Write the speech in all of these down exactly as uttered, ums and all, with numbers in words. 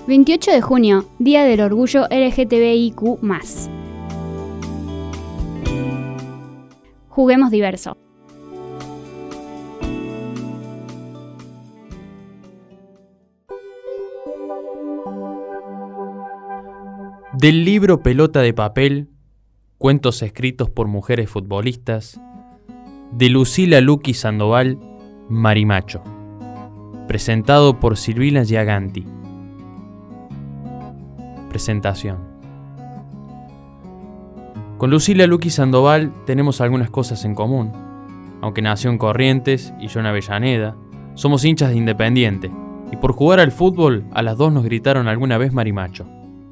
veintiocho de junio, Día del Orgullo L G T B I Q más. Juguemos diverso. Del libro Pelota de papel, cuentos escritos por mujeres futbolistas, de Lucila Luqui Sandoval, Marimacho, presentado por Silvina Giaganti. Presentación. Con Lucila Luqui Sandoval tenemos algunas cosas en común. Aunque nació en Corrientes y yo en Avellaneda, somos hinchas de Independiente, y por jugar al fútbol a las dos nos gritaron alguna vez Marimacho.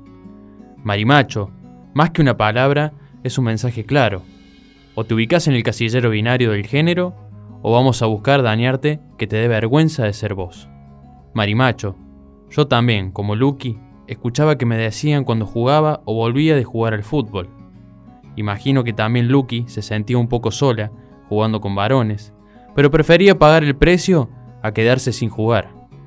Marimacho, más que una palabra, es un mensaje claro. O te ubicás en el casillero binario del género, o vamos a buscar dañarte que te dé vergüenza de ser vos. Marimacho, yo también, como Luqui, escuchaba que me decían cuando jugaba o volvía de jugar al fútbol. Imagino que también Luqui se sentía un poco sola, jugando con varones, pero prefería pagar el precio a quedarse sin jugar.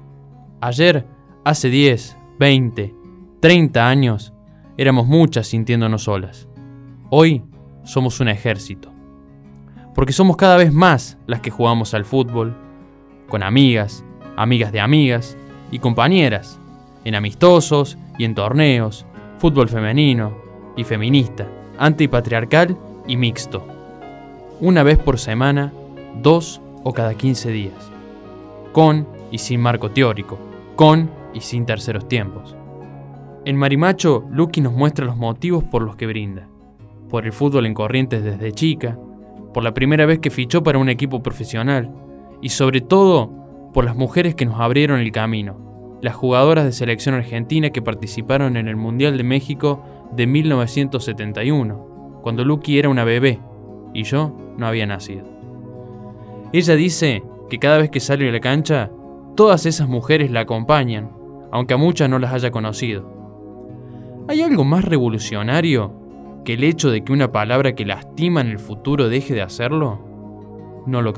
Ayer, hace diez, veinte, treinta años, éramos muchas sintiéndonos solas. Hoy somos un ejército. Porque somos cada vez más las que jugamos al fútbol, con amigas, amigas de amigas y compañeras, en amistosos y en torneos, fútbol femenino y feminista, antipatriarcal y mixto. Una vez por semana, dos o cada quince días. Con y sin marco teórico, con y sin terceros tiempos. En Marimacho, Luqui nos muestra los motivos por los que brinda. Por el fútbol en Corrientes desde chica, por la primera vez que fichó para un equipo profesional y sobre todo por las mujeres que nos abrieron el camino, las jugadoras de selección argentina que participaron en el Mundial de México de mil novecientos setenta y uno, cuando Luqui era una bebé y yo no había nacido. Ella dice que cada vez que sale a la cancha, todas esas mujeres la acompañan, aunque a muchas no las haya conocido. ¿Hay algo más revolucionario que el hecho de que una palabra que lastima en el futuro deje de hacerlo? No lo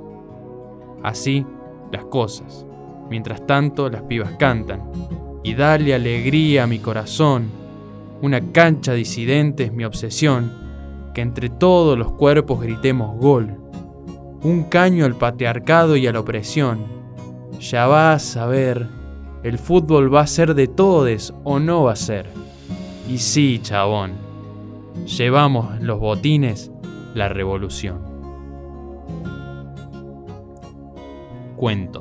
creo. Así las cosas. Mientras tanto, las pibas cantan. Y dale alegría a mi corazón. Una cancha disidente es mi obsesión. Que entre todos los cuerpos gritemos gol. Un caño al patriarcado y a la opresión. Ya vas a ver. El fútbol va a ser de todes o no va a ser. Y sí, chabón. Llevamos los botines la revolución. Cuento.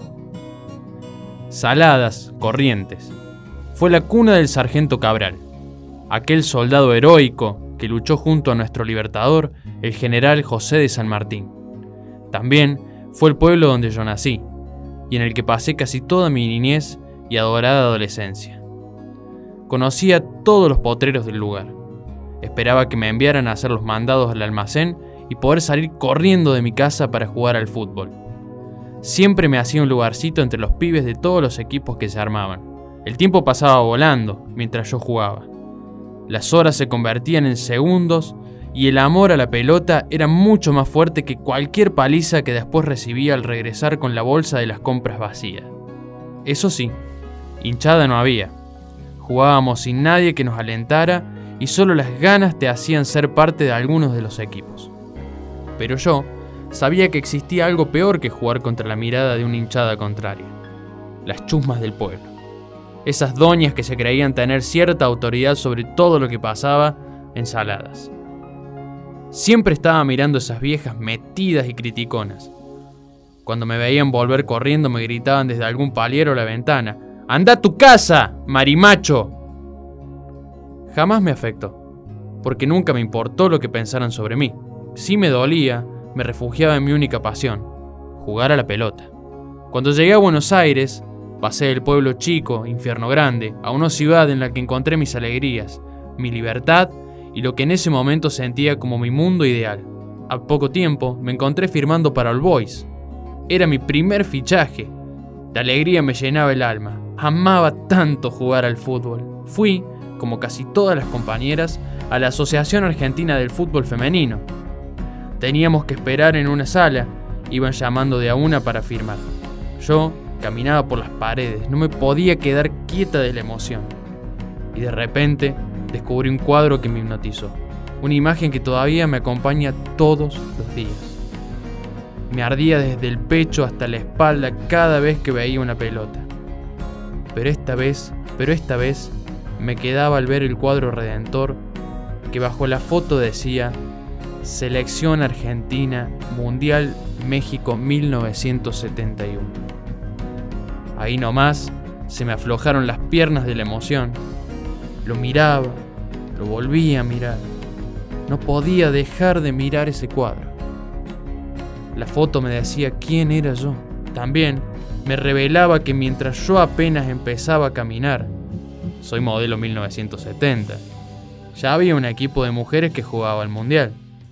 Saladas, Corrientes. Fue la cuna del sargento Cabral, aquel soldado heroico que luchó junto a nuestro libertador, el general José de San Martín. También fue el pueblo donde yo nací, y en el que pasé casi toda mi niñez y adorada adolescencia. Conocía todos los potreros del lugar. Esperaba que me enviaran a hacer los mandados al almacén y poder salir corriendo de mi casa para jugar al fútbol. Siempre me hacía un lugarcito entre los pibes de todos los equipos que se armaban. El tiempo pasaba volando mientras yo jugaba. Las horas se convertían en segundos y el amor a la pelota era mucho más fuerte que cualquier paliza que después recibía al regresar con la bolsa de las compras vacía. Eso sí, hinchada no había. Jugábamos sin nadie que nos alentara y solo las ganas te hacían ser parte de algunos de los equipos. Pero yo sabía que existía algo peor que jugar contra la mirada de una hinchada contraria. Las chusmas del pueblo. Esas doñas que se creían tener cierta autoridad sobre todo lo que pasaba en Saladas. Siempre estaba mirando esas viejas metidas y criticonas. Cuando me veían volver corriendo me gritaban desde algún paliero a la ventana: ¡Anda a tu casa, Marimacho! Jamás me afectó, porque nunca me importó lo que pensaran sobre mí. Si me dolía, me refugiaba en mi única pasión, jugar a la pelota. Cuando llegué a Buenos Aires, pasé del pueblo chico, infierno grande, a una ciudad en la que encontré mis alegrías, mi libertad y lo que en ese momento sentía como mi mundo ideal. A poco tiempo me encontré firmando para All Boys. Era mi primer fichaje. La alegría me llenaba el alma. Amaba tanto jugar al fútbol. Fui, como casi todas las compañeras, a la Asociación Argentina del Fútbol Femenino. Teníamos que esperar en una sala, iban llamando de a una para firmar. Yo Caminaba por las paredes, no me podía quedar quieta de la emoción. Y de repente descubrí un cuadro que me hipnotizó. Una imagen que todavía me acompaña todos los días. Me ardía desde el pecho hasta la espalda cada vez que veía una pelota. Pero esta vez, pero esta vez me quedaba al ver el cuadro redentor que bajo la foto decía Selección Argentina Mundial México mil novecientos setenta y uno. Ahí nomás se me aflojaron las piernas de la emoción. Lo miraba, lo volvía a mirar. No podía dejar de mirar ese cuadro. La foto me decía quién era yo. También me revelaba que mientras yo apenas empezaba a caminar, soy modelo mil novecientos setenta, ya había un equipo de mujeres que jugaba al mundial.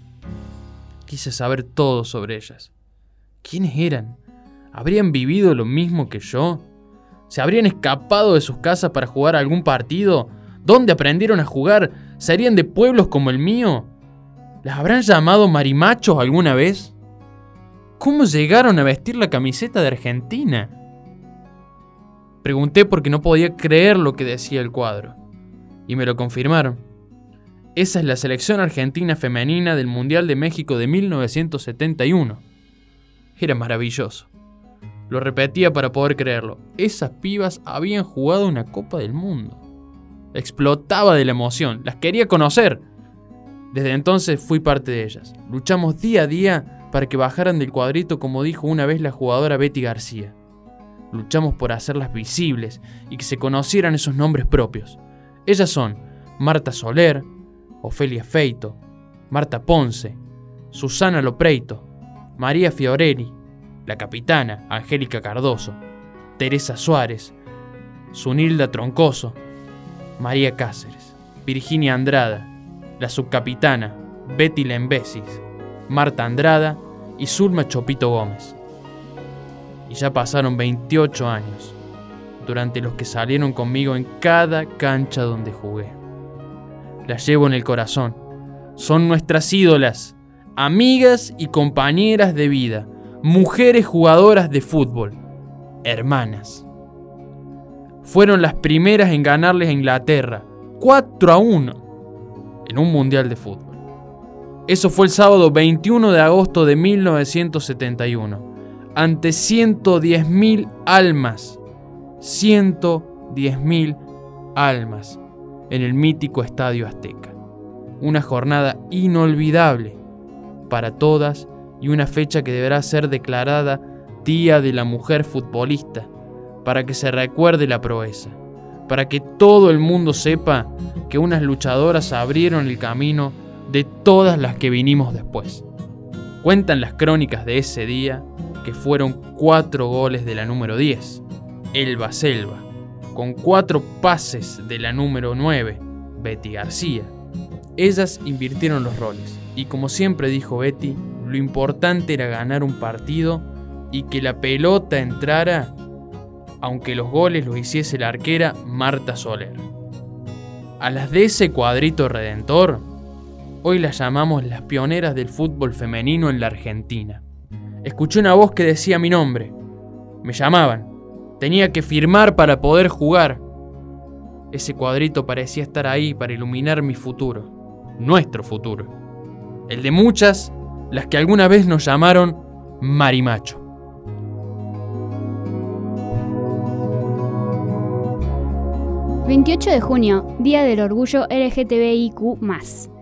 Quise saber todo sobre ellas. ¿Quiénes eran? ¿Habrían vivido lo mismo que yo? ¿Se habrían escapado de sus casas para jugar algún partido? ¿Dónde aprendieron a jugar? ¿Serían de pueblos como el mío? ¿Las habrán llamado marimachos alguna vez? ¿Cómo llegaron a vestir la camiseta de Argentina? Pregunté porque no podía creer lo que decía el cuadro. Y me lo confirmaron. Esa es la selección argentina femenina del Mundial de México de mil novecientos setenta y uno. Era maravilloso. Lo repetía para poder creerlo. Esas pibas habían jugado una Copa del Mundo. Explotaba de la emoción. Las quería conocer. Desde entonces fui parte de ellas. Luchamos día a día para que bajaran del cuadrito, como dijo una vez la jugadora Betty García. Luchamos por hacerlas visibles y que se conocieran esos nombres propios. Ellas son Marta Soler, Ofelia Feito, Marta Ponce, Susana Lopreito, María Fiorelli, la capitana Angélica Cardoso, Teresa Suárez, Zunilda Troncoso, María Cáceres, Virginia Andrada, la subcapitana Betty Lembesis, Marta Andrada y Zulma Chopito Gómez. Y ya pasaron veintiocho años, durante los que salieron conmigo en cada cancha donde jugué. Las llevo en el corazón. Son nuestras ídolas, amigas y compañeras de vida, mujeres jugadoras de fútbol, hermanas. Fueron las primeras en ganarles a Inglaterra, cuatro a uno, en un mundial de fútbol. Eso fue el sábado veintiuno de agosto de mil novecientos setenta y uno, ante ciento diez mil almas, ciento diez mil almas, en el mítico Estadio Azteca. Una jornada inolvidable para todas y una fecha que deberá ser declarada Día de la Mujer Futbolista, para que se recuerde la proeza, para que todo el mundo sepa que unas luchadoras abrieron el camino de todas las que vinimos después. Cuentan las crónicas de ese día que fueron cuatro goles de la número diez, Elba Selva, con cuatro pases de la número nueve, Betty García. Ellas invirtieron los roles, y como siempre dijo Betty, lo importante era ganar un partido y que la pelota entrara, aunque los goles los hiciese la arquera Marta Soler. A las de ese cuadrito redentor, hoy las llamamos las pioneras del fútbol femenino en la Argentina. Escuché una voz que decía mi nombre. Me llamaban. Tenía que firmar para poder jugar. Ese cuadrito parecía estar ahí para iluminar mi futuro. Nuestro futuro. El de muchas, las que alguna vez nos llamaron marimacho. veintiocho de junio, Día del Orgullo L G T B I Q más.